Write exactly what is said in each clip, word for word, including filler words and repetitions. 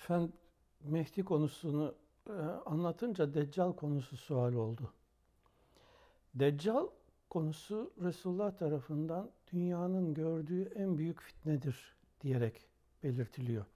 Efendim, Mehdi konusunu e, anlatınca Deccal konusu sual oldu. Deccal konusu Resulullah tarafından dünyanın gördüğü en büyük fitnedir diyerek belirtiliyor.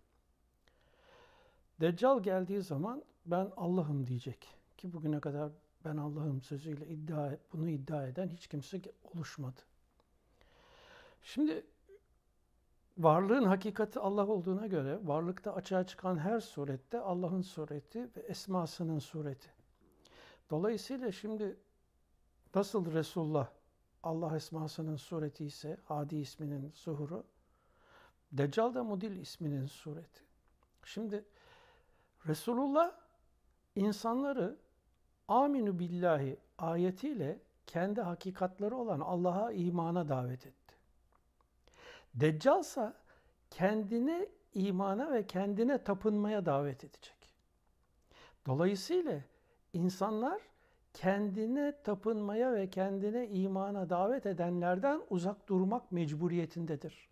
Deccal geldiği zaman ben Allah'ım diyecek ki bugüne kadar ben Allah'ım sözüyle iddia bunu iddia eden hiç kimse oluşmadı. Şimdi varlığın hakikati Allah olduğuna göre varlıkta açığa çıkan her surette Allah'ın sureti ve esmasının sureti. Dolayısıyla şimdi nasıl Resulullah Allah esmasının sureti ise Hadi isminin zuhuru, Deccal da Mudil isminin sureti. Şimdi Resulullah insanları Aminu billahi ayetiyle kendi hakikatleri olan Allah'a imana davet etti. Deccal ise kendine imana ve kendine tapınmaya davet edecek. Dolayısıyla insanlar kendine tapınmaya ve kendine imana davet edenlerden uzak durmak mecburiyetindedir.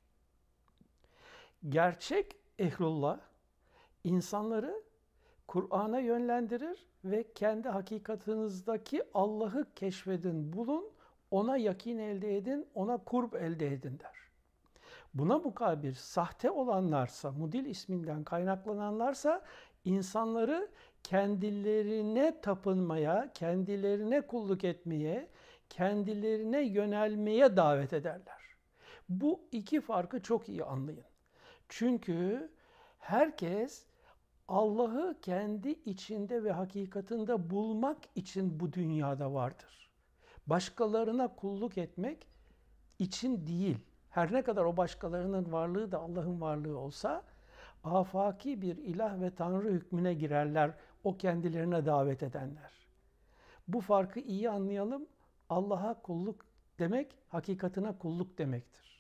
Gerçek ehlullah insanları Kur'an'a yönlendirir ve kendi hakikatinizdeki Allah'ı keşfedin, bulun, ona yakin elde edin, ona kurb elde edin der. Buna mukabil sahte olanlarsa, Mudil isminden kaynaklananlarsa insanları kendilerine tapınmaya, kendilerine kulluk etmeye, kendilerine yönelmeye davet ederler. Bu iki farkı çok iyi anlayın. Çünkü herkes Allah'ı kendi içinde ve hakikatinde bulmak için bu dünyada vardır. Başkalarına kulluk etmek için değil. Her ne kadar o başkalarının varlığı da Allah'ın varlığı olsa, afaki bir ilah ve tanrı hükmüne girerler o kendilerine davet edenler. Bu farkı iyi anlayalım. Allah'a kulluk demek, hakikatine kulluk demektir.